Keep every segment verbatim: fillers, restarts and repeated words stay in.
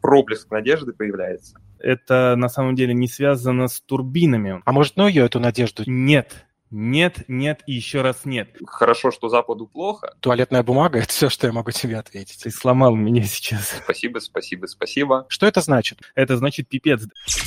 проблеск надежды появляется. Это на самом деле не связано с турбинами. А может, ну ее, эту надежду? Нет. Нет, нет и еще раз нет. Хорошо, что Западу плохо. Туалетная бумага – это все, что я могу тебе ответить. Ты сломал меня сейчас. Спасибо, спасибо, спасибо. Что это значит? Это значит пипец.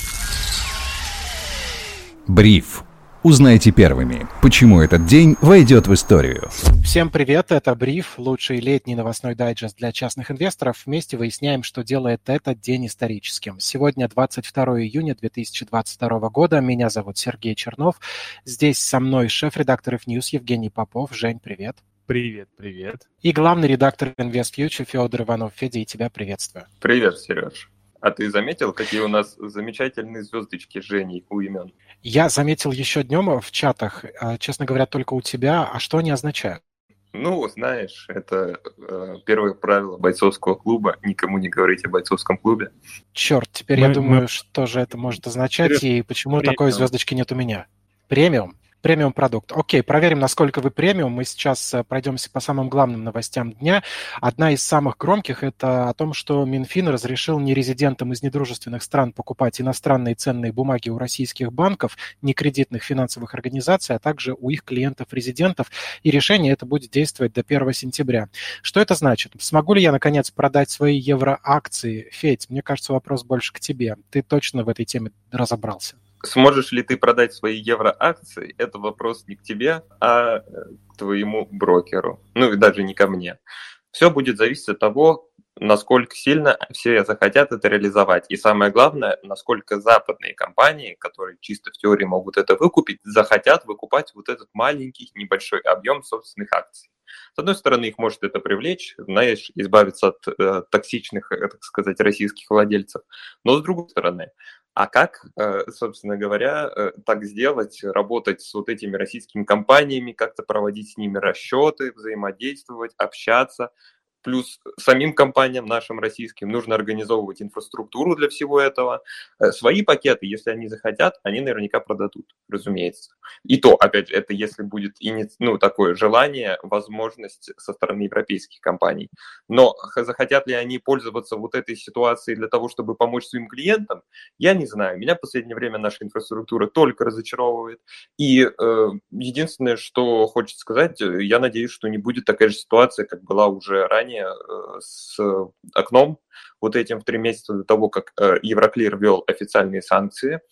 Бриф. Узнайте первыми, почему этот день войдет в историю. Всем привет, это Бриф, лучший летний новостной дайджест для частных инвесторов. Вместе выясняем, что делает этот день историческим. Сегодня двадцать второе июня две тысячи двадцать второго года. Меня зовут Сергей Чернов. Здесь со мной шеф-редактор эф ньюс Евгений Попов. Жень, привет. Привет, привет. И главный редактор InvestFuture Федор Иванов. Федя, и тебя приветствую. Привет, Сереж. А ты заметил, какие у нас замечательные звездочки Жени у имен? Я заметил еще днем в чатах, честно говоря, только у тебя. А что они означают? Ну, знаешь, это э, первое правило бойцовского клуба. Никому не говорить о бойцовском клубе. Черт, теперь мы, я думаю, мы... что же это может означать Серьезно? и почему Премиум. Такой звездочки нет у меня. Премиум? Премиум продукт. Окей, проверим, насколько вы премиум. Мы сейчас пройдемся по самым главным новостям дня. Одна из самых громких – это о том, что Минфин разрешил нерезидентам из недружественных стран покупать иностранные ценные бумаги у российских банков, некредитных финансовых организаций, а также у их клиентов-резидентов. И решение это будет действовать до первого сентября. Что это значит? Смогу ли я, наконец, продать свои евроакции? Федь, мне кажется, вопрос больше к тебе. Ты точно в этой теме разобрался. Сможешь ли ты продать свои евроакции, это вопрос не к тебе, а к твоему брокеру. Ну и даже не ко мне. Все будет зависеть от того, насколько сильно все захотят это реализовать. И самое главное, насколько западные компании, которые чисто в теории могут это выкупить, захотят выкупать вот этот маленький, небольшой объем собственных акций. С одной стороны, их может это привлечь, знаешь, избавиться от э, токсичных, так сказать, российских владельцев. Но с другой стороны, а как, собственно говоря, так сделать, работать с вот этими российскими компаниями, как-то проводить с ними расчеты, взаимодействовать, общаться? Плюс самим компаниям нашим российским нужно организовывать инфраструктуру для всего этого. Свои пакеты, если они захотят, они наверняка продадут, разумеется. И то, опять же, это если будет ну, такое желание, возможность со стороны европейских компаний. Но захотят ли они пользоваться вот этой ситуацией для того, чтобы помочь своим клиентам, я не знаю. Меня в последнее время наша инфраструктура только разочаровывает. И э, единственное, что хочется сказать, я надеюсь, что не будет такая же ситуация, как была уже ранее с окном, вот этим в три месяца до того, как Евроклир ввел официальные санкции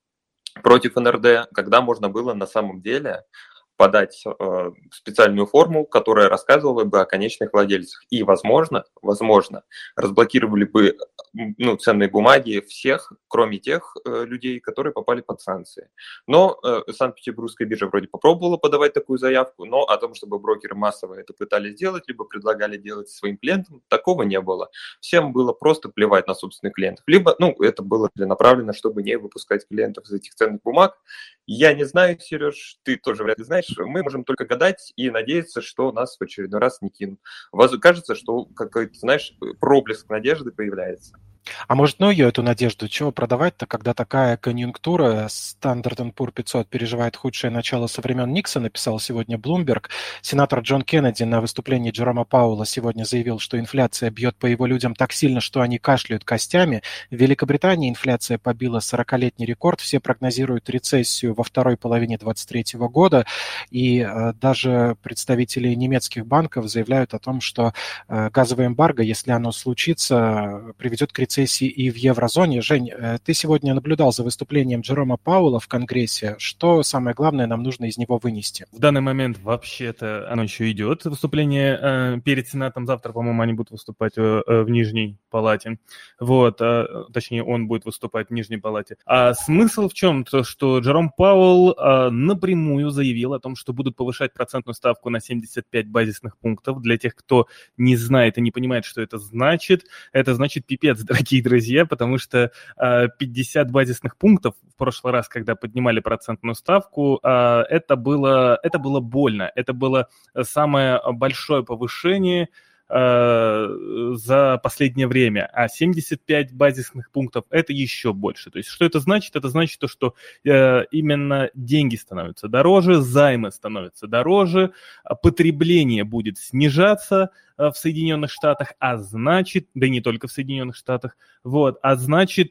против эн эр дэ, когда можно было на самом деле подать э, специальную форму, которая рассказывала бы о конечных владельцах. И, возможно, возможно, разблокировали бы ну, ценные бумаги всех, кроме тех э, людей, которые попали под санкции. Но э, Санкт-Петербургская биржа вроде попробовала подавать такую заявку, но о том, чтобы брокеры массово это пытались сделать, либо предлагали делать своим клиентам, такого не было. Всем было просто плевать на собственных клиентов. Либо, ну, это было направлено, чтобы не выпускать клиентов из этих ценных бумаг. Я не знаю, Сереж, ты тоже вряд ли знаешь, мы можем только гадать и надеяться, что нас в очередной раз не кинут. Кажется, что какой-то, знаешь, проблеск надежды появляется. А может, ну ее, эту надежду, чего продавать-то, когда такая конъюнктура? Standard энд Poor's пятьсот переживает худшее начало со времен Никсона, писал сегодня Bloomberg. Сенатор Джон Кеннеди на выступлении Джерома Пауэлла сегодня заявил, что инфляция бьет по его людям так сильно, что они кашляют костями. В Великобритании инфляция побила сорокалетний рекорд. Все прогнозируют рецессию во второй половине двадцать третьего года. И э, даже представители немецких банков заявляют о том, что э, газовое эмбарго, если оно случится, приведет к рецессии и в еврозоне. Жень, ты сегодня наблюдал за выступлением Джерома Пауэлла в Конгрессе. Что самое главное нам нужно из него вынести? В данный момент вообще-то оно еще идет. Выступление э, перед Сенатом. Завтра, по-моему, они будут выступать э, в Нижней Палате. Вот, э, точнее, он будет выступать в Нижней Палате. А смысл в чем? То, что Джером Пауэлл э, напрямую заявил о том, что будут повышать процентную ставку на семьдесят пять базисных пунктов. Для тех, кто не знает и не понимает, что это значит, это значит пипец, дорогие друзья, потому что э, пятьдесят базисных пунктов в прошлый раз, когда поднимали процентную ставку, э, это было, это было больно. Это было самое большое повышение э, за последнее время. А семьдесят пять базисных пунктов – это еще больше. То есть что это значит? Это значит то, что э, именно деньги становятся дороже, займы становятся дороже, потребление будет снижаться, в Соединенных Штатах, а значит, да и не только в Соединенных Штатах, вот, а значит,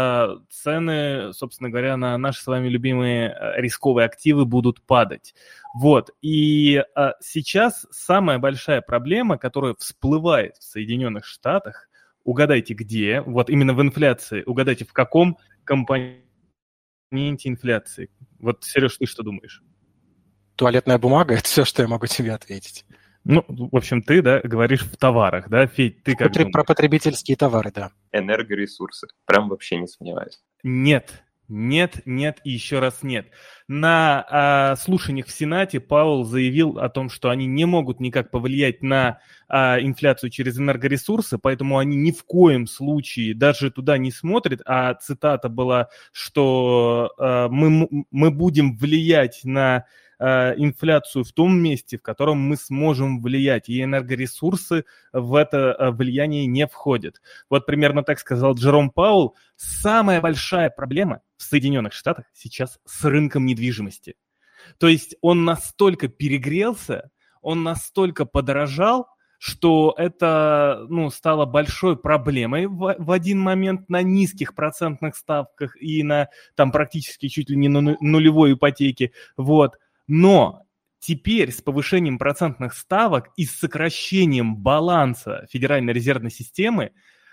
цены, собственно говоря, на наши с вами любимые рисковые активы будут падать. Вот, и сейчас самая большая проблема, которая всплывает в Соединенных Штатах, угадайте где, вот именно в инфляции, угадайте в каком компоненте инфляции. Вот, Сереж, ты что думаешь? Туалетная бумага – это все, что я могу тебе ответить. Ну, в общем, ты, да, говоришь в товарах, да, Федь, ты как Потр... думаешь? Про потребительские товары, да. Энергоресурсы. Прям вообще не сомневаюсь. Нет, нет, нет и еще раз нет. На а, слушаниях в Сенате Пауэлл заявил о том, что они не могут никак повлиять на а, инфляцию через энергоресурсы, поэтому они ни в коем случае даже туда не смотрят. А цитата была, что а, мы, мы будем влиять на инфляцию в том месте, в котором мы сможем влиять, и энергоресурсы в это влияние не входят. Вот примерно так сказал Джером Пауэлл. Самая большая проблема в Соединенных Штатах сейчас с рынком недвижимости. То есть он настолько перегрелся, он настолько подорожал, что это, ну, стало большой проблемой в, в один момент на низких процентных ставках и на там практически чуть ли не на нулевой ипотеке. Вот. Но теперь с повышением процентных ставок и с сокращением баланса Федеральной резервной системы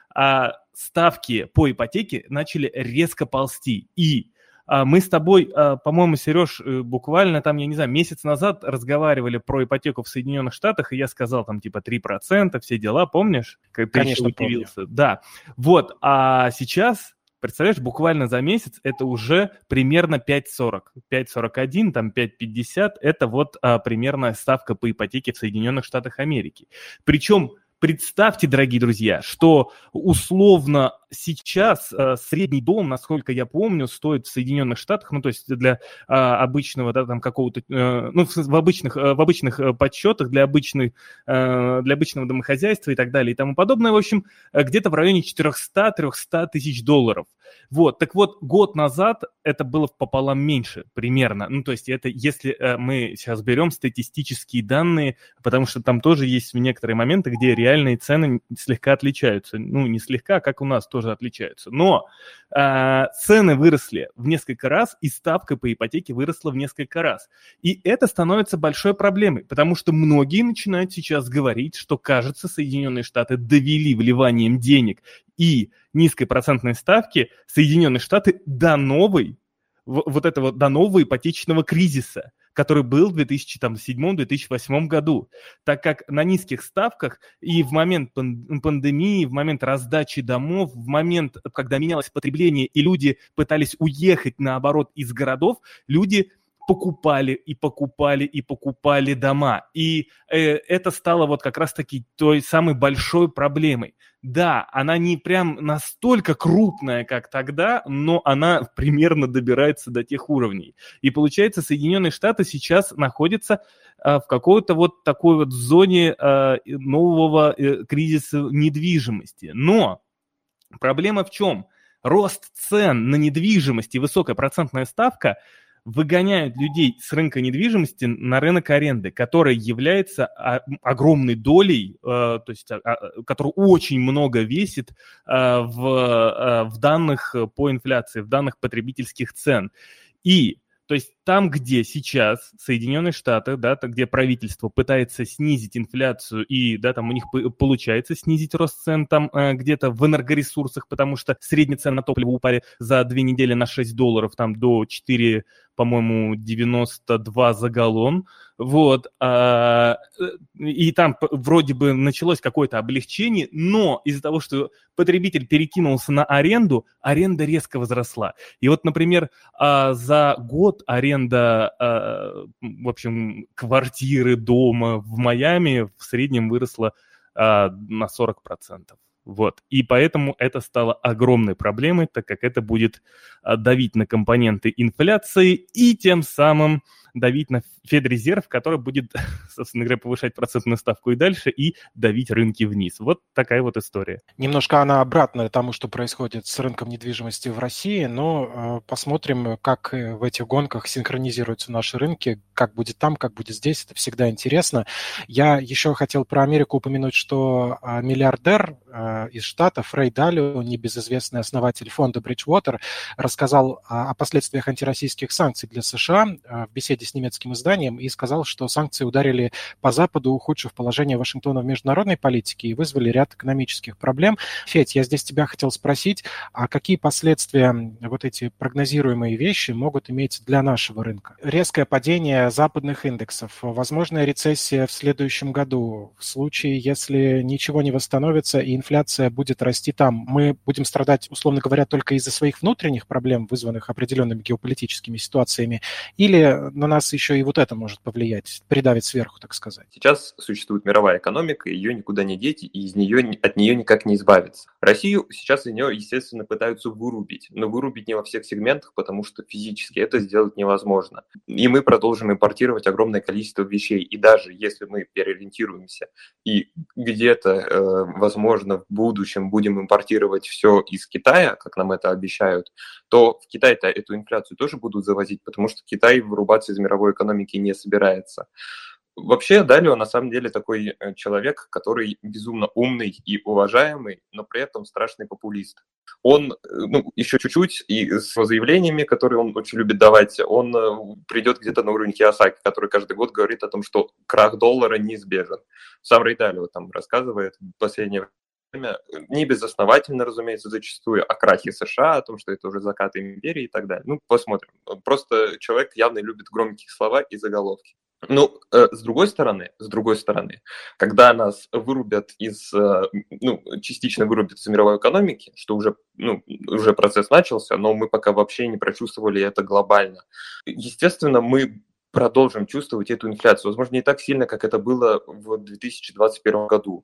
а, ставки по ипотеке начали резко ползти. И а, мы с тобой, а, по-моему, Сереж, буквально там, я не знаю, месяц назад разговаривали про ипотеку в Соединенных Штатах, и я сказал там типа три процента, все дела, помнишь? Как ты Конечно, еще удивился. Да. Вот, а сейчас... Представляешь, буквально за месяц это уже примерно пять сорок. пять сорок один, там пять пятьдесят, это вот а, примерная ставка по ипотеке в Соединенных Штатах Америки. Причем представьте, дорогие друзья, что условно сейчас э, средний дом, насколько я помню, стоит в Соединенных Штатах, ну, то есть для э, обычного, да, там какого-то, э, ну, в обычных, э, в обычных подсчетах для, обычной, э, для обычного домохозяйства и так далее и тому подобное, в общем, где-то в районе четыреста-триста тысяч долларов. Вот, так вот, год назад это было пополам меньше примерно, ну, то есть это если э, мы сейчас берем статистические данные, потому что там тоже есть некоторые моменты, где реальные цены слегка отличаются, ну, не слегка, как у нас тоже отличаются, но э, цены выросли в несколько раз, и ставка по ипотеке выросла в несколько раз, и это становится большой проблемой, потому что многие начинают сейчас говорить, что, кажется, Соединенные Штаты довели вливанием денег и низкой процентной ставки Соединенные Штаты до новой, вот этого, до нового ипотечного кризиса, который был в две тысячи седьмом - две тысячи восьмом году, так как на низких ставках и в момент пандемии, в момент раздачи домов, в момент, когда менялось потребление и люди пытались уехать, наоборот, из городов, люди покупали и покупали и покупали дома. И э, это стало вот как раз-таки той самой большой проблемой. Да, она не прям настолько крупная, как тогда, но она примерно добирается до тех уровней. И получается, Соединенные Штаты сейчас находятся э, в какой-то вот такой вот зоне э, нового э, кризиса недвижимости. Но проблема в чем? Рост цен на недвижимость и высокая процентная ставка выгоняют людей с рынка недвижимости на рынок аренды, который является огромной долей, э, то есть, э, который очень много весит э, в, э, в данных по инфляции, в данных потребительских цен. И то есть там, где сейчас Соединенные Штаты, да, где правительство пытается снизить инфляцию и, да, там у них получается снизить рост цен там э, где-то в энергоресурсах, потому что средние цены на топливо упали за две недели на шесть долларов, там до четыре, по-моему, девяносто два за галлон, вот, а, и там вроде бы началось какое-то облегчение, но из-за того, что потребитель перекинулся на аренду, аренда резко возросла. И вот, например, а, за год аренда, а, в общем, квартиры, дома в Майами в среднем выросла а, на сорок процентов. Вот. И поэтому это стало огромной проблемой, так как это будет давить на компоненты инфляции и тем самым давить на Федрезерв, который будет, собственно говоря, повышать процентную ставку и дальше, и давить рынки вниз. Вот такая вот история. Немножко она обратная тому, что происходит с рынком недвижимости в России, но э, посмотрим, как в этих гонках синхронизируются наши рынки, как будет там, как будет здесь, это всегда интересно. Я еще хотел про Америку упомянуть, что э, миллиардер э, из Штатов Рэй Далио, небезызвестный основатель фонда Bridgewater, рассказал о, о последствиях антироссийских санкций для США э, в беседе с немецким изданием и сказал, что санкции ударили по Западу, ухудшив положение Вашингтона в международной политике и вызвали ряд экономических проблем. Федь, я здесь тебя хотел спросить, а какие последствия вот эти прогнозируемые вещи могут иметь для нашего рынка? Резкое падение западных индексов, возможная рецессия в следующем году, в случае, если ничего не восстановится и инфляция будет расти там, мы будем страдать, условно говоря, только из-за своих внутренних проблем, вызванных определенными геополитическими ситуациями, или на нас еще и вот это может повлиять, придавить сверху, так сказать? Сейчас существует мировая экономика, ее никуда не деть, и из нее, от нее никак не избавиться. Россию сейчас из нее, естественно, пытаются вырубить, но вырубить не во всех сегментах, потому что физически это сделать невозможно. И мы продолжим импортировать огромное количество вещей, и даже если мы переориентируемся и где-то, э, возможно, в будущем будем импортировать все из Китая, как нам это обещают, то в Китай-то эту инфляцию тоже будут завозить, потому что Китай вырубаться из мировой экономики не собирается. Вообще, Далио на самом деле такой человек, который безумно умный и уважаемый, но при этом страшный популист. Он, ну, еще чуть-чуть, и с заявлениями, которые он очень любит давать, он придет где-то на уровень Кийосаки, который каждый год говорит о том, что крах доллара неизбежен. Сам Рэй Далио там рассказывает в последнее время, не безосновательно, разумеется, зачастую, о крахе США, о том, что это уже закат империи и так далее. Ну, посмотрим. Просто человек явно любит громкие слова и заголовки. Ну, э, с другой стороны, с другой стороны, когда нас вырубят из, э, ну, частично вырубят из мировой экономики, что уже, ну, уже процесс начался, но мы пока вообще не прочувствовали это глобально. Естественно, мы продолжим чувствовать эту инфляцию, возможно, не так сильно, как это было в две тысячи двадцать первом году,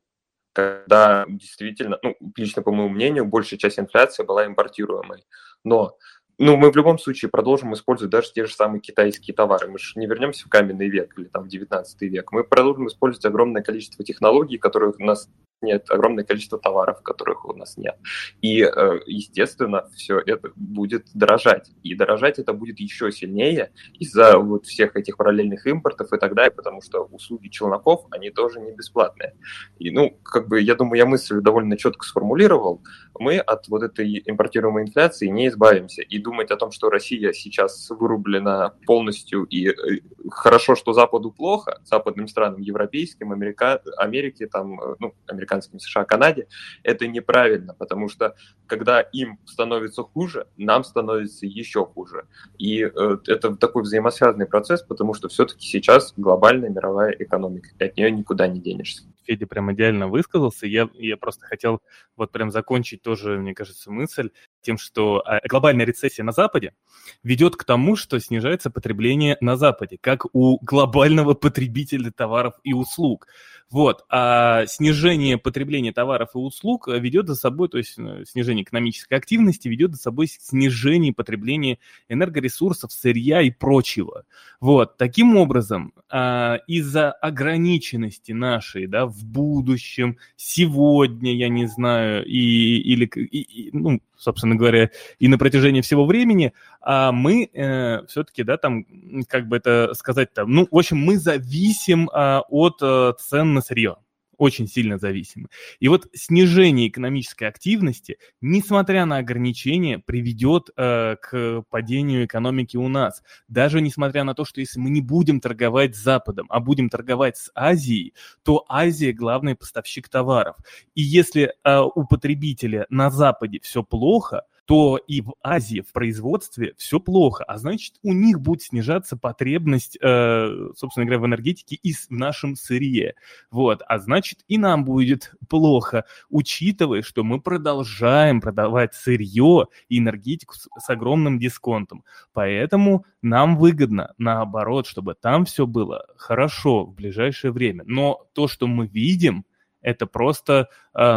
когда действительно, ну, лично по моему мнению, большая часть инфляции была импортируемой. Но Ну, мы в любом случае продолжим использовать даже те же самые китайские товары. Мы же не вернемся в каменный век или там в девятнадцатый век. Мы продолжим использовать огромное количество технологий, которых у нас нет, огромное количество товаров, которых у нас нет. И, естественно, все это будет дорожать. И дорожать это будет еще сильнее из-за вот всех этих параллельных импортов и так далее, потому что услуги челноков, они тоже не бесплатные. И, ну, как бы, я думаю, я мысль довольно четко сформулировал. Мы от вот этой импортируемой инфляции не избавимся. И думать о том, что Россия сейчас вырублена полностью, и хорошо, что Западу плохо, западным странам, европейским, Америка, Америке, там, ну, американским, США, Канаде, это неправильно, потому что когда им становится хуже, нам становится еще хуже. И э, это такой взаимосвязанный процесс, потому что все-таки сейчас глобальная мировая экономика, и от нее никуда не денешься. Федя прям идеально высказался. Я, я просто хотел вот прям закончить тоже, мне кажется, мысль тем, что глобальная рецессия на Западе ведет к тому, что снижается потребление на Западе, как у глобального потребителя товаров и услуг. Вот. А снижение потребления товаров и услуг ведет за собой, то есть снижение экономической активности ведет за собой снижение потребления энергоресурсов, сырья и прочего. Вот. Таким образом, из-за ограниченности нашей, да, в будущем, сегодня, я не знаю, и, или, и, ну, собственно говоря, и на протяжении всего времени, а мы э, все-таки, да, там, как бы это сказать-то, ну, в общем, мы зависим э, от э, цен на сырье. Очень сильно зависимы. И вот снижение экономической активности, несмотря на ограничения, приведет э, к падению экономики у нас. Даже несмотря на то, что если мы не будем торговать с Западом, а будем торговать с Азией, то Азия главный поставщик товаров. И если э, у потребителя на Западе все плохо, то и в Азии в производстве все плохо, а значит, у них будет снижаться потребность, э, собственно говоря, в энергетике и в нашем сырье. Вот. А значит, и нам будет плохо, учитывая, что мы продолжаем продавать сырье и энергетику с, с огромным дисконтом. Поэтому нам выгодно, наоборот, чтобы там все было хорошо в ближайшее время. Но то, что мы видим, это просто,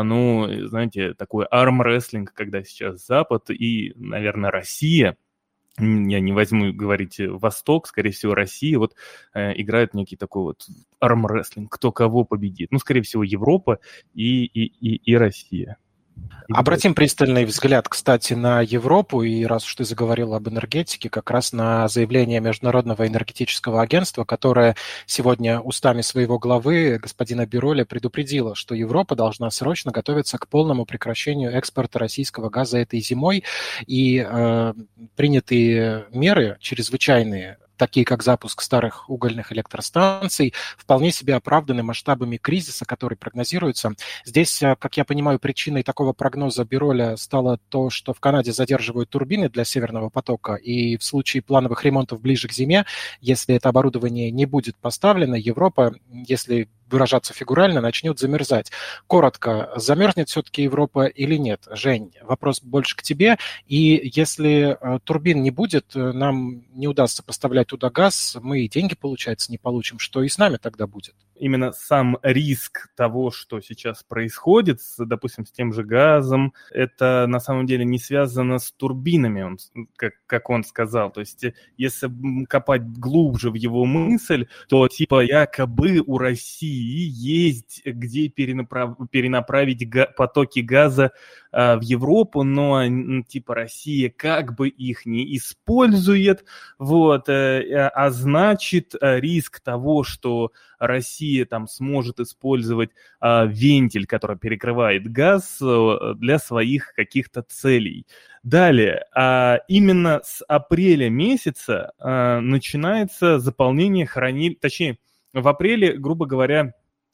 ну, знаете, такой армрестлинг, когда сейчас Запад и, наверное, Россия я не возьму говорить Восток, скорее всего, Россия, вот э, играют некий такой вот армрестлинг, кто кого победит. Ну, скорее всего, Европа и, и, и, и Россия. Обратим пристальный взгляд, кстати, на Европу, и раз уж ты заговорил об энергетике, как раз на заявление Международного энергетического агентства, которое сегодня устами своего главы, господина Бироля, предупредило, что Европа должна срочно готовиться к полному прекращению экспорта российского газа этой зимой, и э, принятые меры чрезвычайные, такие как запуск старых угольных электростанций, вполне себе оправданы масштабами кризиса, который прогнозируется. Здесь, как я понимаю, причиной такого прогноза Бироля стало то, что в Канаде задерживают турбины для Северного потока, и в случае плановых ремонтов ближе к зиме, если это оборудование не будет поставлено, Европа, если выражаться фигурально, начнет замерзать. Коротко, замерзнет все-таки Европа или нет? Жень, вопрос больше к тебе. И если э, турбин не будет, нам не удастся поставлять туда газ, мы и деньги, получается, не получим. Что и с нами тогда будет? Именно сам риск того, что сейчас происходит, с, допустим, с тем же газом, это на самом деле не связано с турбинами, он, как, как он сказал. То есть если копать глубже в его мысль, то типа якобы у России есть где перенаправ... перенаправить га... потоки газа а, в Европу, но типа Россия как бы их не использует, вот, а, а значит риск того, что Россия там сможет использовать а, вентиль, который перекрывает газ а, для своих каких-то целей. Далее, а, именно с апреля месяца а, начинается заполнение хранилищ, точнее, в апреле, грубо говоря,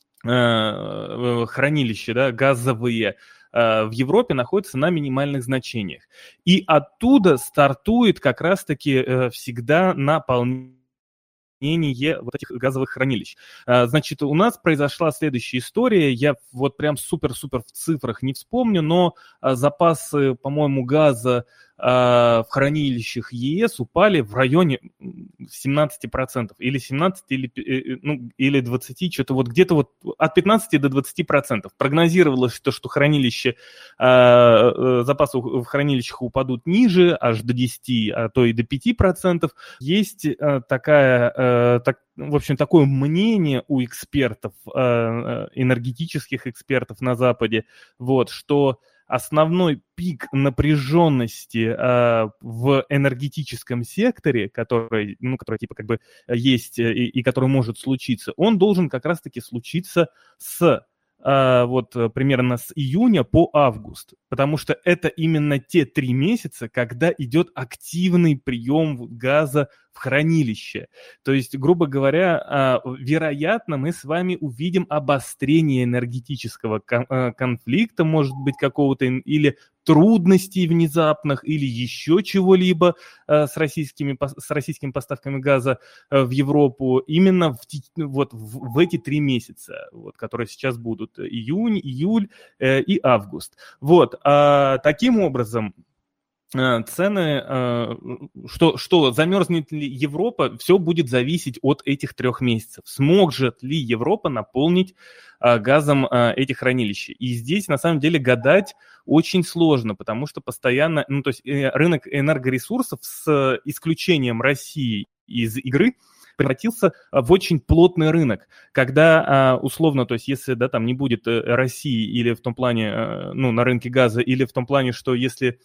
а, хранилища, да, газовые а, в Европе находятся на минимальных значениях. И оттуда стартует как раз-таки а, всегда наполнение вот этих газовых хранилищ. Значит, у нас произошла следующая история. Я вот прям супер-супер в цифрах не вспомню, но запасы, по-моему, газа в хранилищах ЕС упали в районе семнадцать процентов. Или семнадцать, или, ну, или двадцать, что-то вот где-то вот от пятнадцати до двадцати процентов. Прогнозировалось, что, что хранилище, запасы в хранилищах упадут ниже, аж до десяти, а то и до пяти процентов. Есть такая, так, в общем, такое мнение у экспертов, энергетических экспертов на Западе, вот, что основной пик напряженности э, в энергетическом секторе, который, ну, который типа как бы есть и, и который может случиться, он должен как раз-таки случиться с э, вот примерно с июня по август, потому что это именно те три месяца, когда идет активный прием газа в хранилище. То есть, грубо говоря, вероятно, мы с вами увидим обострение энергетического конфликта, может быть, какого-то, или трудностей внезапных, или еще чего-либо с российскими, с российскими поставками газа в Европу именно в, вот, в, в эти три месяца, вот, которые сейчас будут: июнь, июль и август. Вот, а, таким образом, цены, что, что замерзнет ли Европа, все будет зависеть от этих трех месяцев. Сможет ли Европа наполнить газом эти хранилища? И здесь, на самом деле, гадать очень сложно, потому что постоянно, ну, то есть рынок энергоресурсов с исключением России из игры превратился в очень плотный рынок, когда, условно, то есть если, да, там не будет России или в том плане, ну, на рынке газа, или в том плане, что если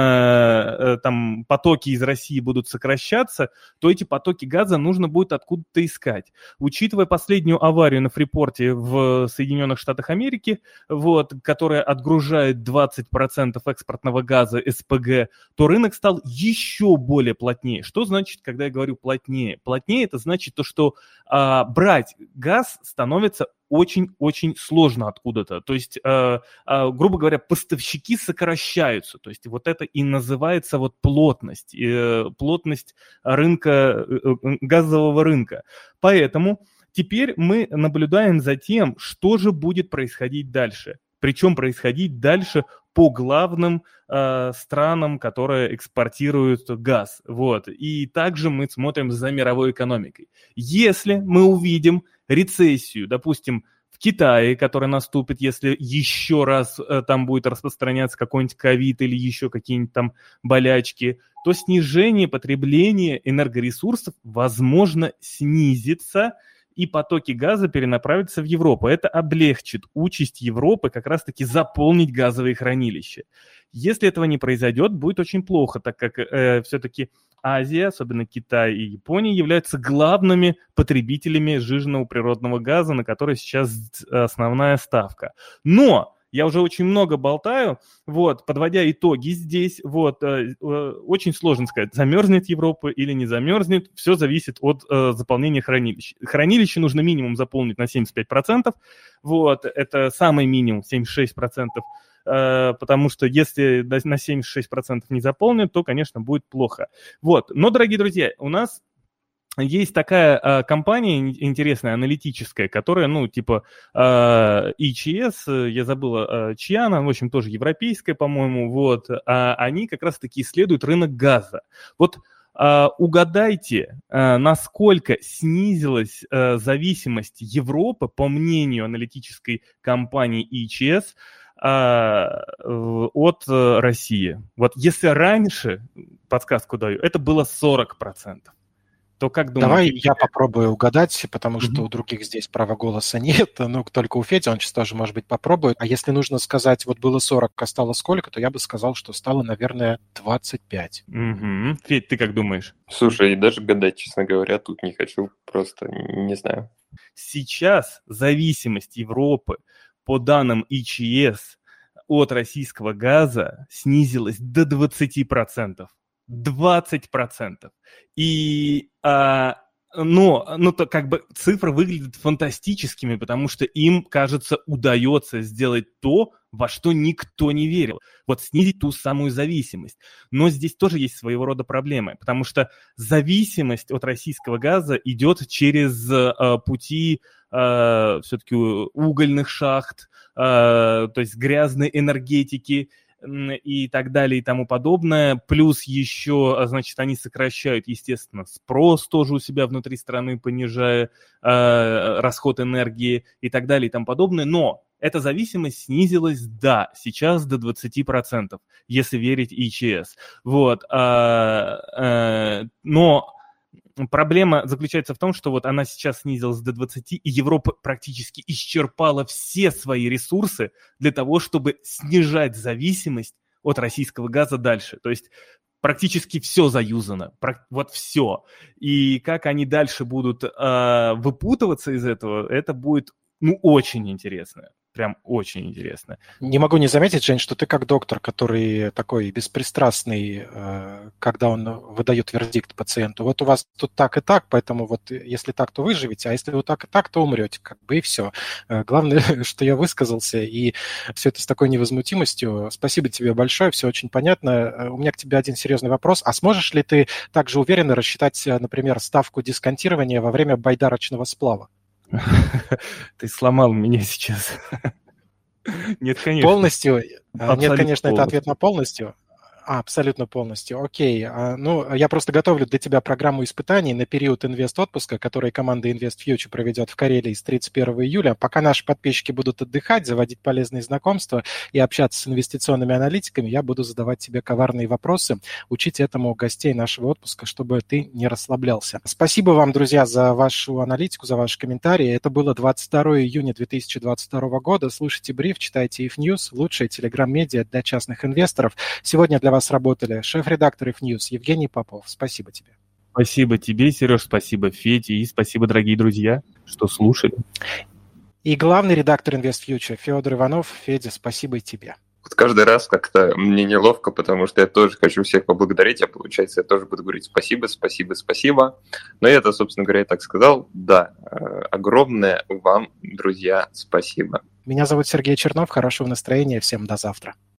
там потоки из России будут сокращаться, то эти потоки газа нужно будет откуда-то искать. Учитывая последнюю аварию на Фрипорте в Соединенных Штатах Америки, вот, которая отгружает двадцать процентов экспортного газа эс пэ гэ, то рынок стал еще более плотнее. Что значит, когда я говорю плотнее? Плотнее — это значит то, что а, брать газ становится очень-очень сложно откуда-то. То есть, э, э, грубо говоря, поставщики сокращаются. То есть вот это и называется вот плотность, э, плотность рынка, э, газового рынка. Поэтому теперь мы наблюдаем за тем, что же будет происходить дальше. Причем происходить дальше по главным э, странам, которые экспортируют газ. Вот. И также мы смотрим за мировой экономикой. Если мы увидим рецессию, допустим, в Китае, который наступит, если еще раз э, там будет распространяться какой-нибудь ковид или еще какие-нибудь там болячки, то снижение потребления энергоресурсов, возможно, снизится, и потоки газа перенаправятся в Европу. Это облегчит участь Европы как раз-таки заполнить газовые хранилища. Если этого не произойдет, будет очень плохо, так как э, все-таки Азия, особенно Китай и Япония, являются главными потребителями сжиженного природного газа, на который сейчас основная ставка. Но я уже очень много болтаю, вот, подводя итоги здесь, вот, э, э, очень сложно сказать, замерзнет Европа или не замерзнет, все зависит от э, заполнения хранилищ. Хранилище нужно минимум заполнить на семьдесят пять процентов, вот, это самый минимум, семьдесят шесть процентов, э, потому что если на семьдесят шесть процентов не заполнят, то, конечно, будет плохо. Вот, но, дорогие друзья, у нас есть такая э, компания интересная, аналитическая, которая, ну, типа э, и эйч эс, я забыла, э, чья она, в общем, тоже европейская, по-моему, вот, а они как раз-таки исследуют рынок газа. Вот э, угадайте, э, насколько снизилась э, зависимость Европы, по мнению аналитической компании и эйч эс, от России. Вот если раньше, подсказку даю, это было сорок процентов. То как думаете? Давай я попробую угадать, потому что mm-hmm. у других здесь права голоса нет, ну, только у Феди, он сейчас тоже, может быть, попробует. А если нужно сказать, вот было сорок, а стало сколько, то я бы сказал, что стало, наверное, двадцать пять. Mm-hmm. Федь, ты как думаешь? Слушай, даже гадать, честно говоря, тут не хочу, просто не знаю. Сейчас зависимость Европы, по данным и эйч эс, от российского газа снизилась до двадцать процентов. двадцать процентов. И, а, но, ну, то как бы цифры выглядят фантастическими, потому что им, кажется, удается сделать то, во что никто не верил. Вот снизить ту самую зависимость. Но здесь тоже есть своего рода проблемы, потому что зависимость от российского газа идет через а, пути а, все-таки угольных шахт, а, то есть грязной энергетики, и так далее и тому подобное. Плюс еще, значит, они сокращают, естественно, спрос тоже у себя внутри страны, понижая э, расход энергии и так далее и тому подобное. Но эта зависимость снизилась, да, сейчас до двадцать процентов, если верить и эйч эс. Вот. А, а, но проблема заключается в том, что вот она сейчас снизилась до двадцати, и Европа практически исчерпала все свои ресурсы для того, чтобы снижать зависимость от российского газа дальше. То есть практически все заюзано, вот все. И как они дальше будут э, выпутываться из этого, это будет, ну, очень интересно. Прям очень интересно. Не могу не заметить, Жень, что ты как доктор, который такой беспристрастный, когда он выдает вердикт пациенту. Вот у вас тут так и так, поэтому вот если так, то выживете, а если вот так и так, то умрете, как бы и все. Главное, что я высказался, и все это с такой невозмутимостью. Спасибо тебе большое, все очень понятно. У меня к тебе один серьезный вопрос. А сможешь ли ты также уверенно рассчитать, например, ставку дисконтирования во время байдарочного сплава? Ты сломал меня сейчас. Нет, конечно. Полностью? Абсолютно Нет, конечно, полностью. Это ответ на полностью. А, абсолютно полностью. Окей. А, ну, я просто готовлю для тебя программу испытаний на период инвест-отпуска, который команда InvestFuture проведет в Карелии с тридцать первого июля. Пока наши подписчики будут отдыхать, заводить полезные знакомства и общаться с инвестиционными аналитиками, я буду задавать тебе коварные вопросы, учить этому гостей нашего отпуска, чтобы ты не расслаблялся. Спасибо вам, друзья, за вашу аналитику, за ваши комментарии. Это было двадцать второго июня две тысячи двадцать второго года. Слушайте бриф, читайте If News, лучшая телеграм-медиа для частных инвесторов. Сегодня для вас работали шеф-редактор If News Евгений Попов. Спасибо тебе. Спасибо тебе, Сереж, спасибо Феде и спасибо, дорогие друзья, что слушали. И главный редактор InvestFuture Федор Иванов. Федя, спасибо и тебе. Вот каждый раз как-то мне неловко, потому что я тоже хочу всех поблагодарить, а получается я тоже буду говорить спасибо, спасибо, спасибо. Но я это, собственно говоря, и так сказал. Да, огромное вам, друзья, спасибо. Меня зовут Сергей Чернов. Хорошего настроения. Всем до завтра.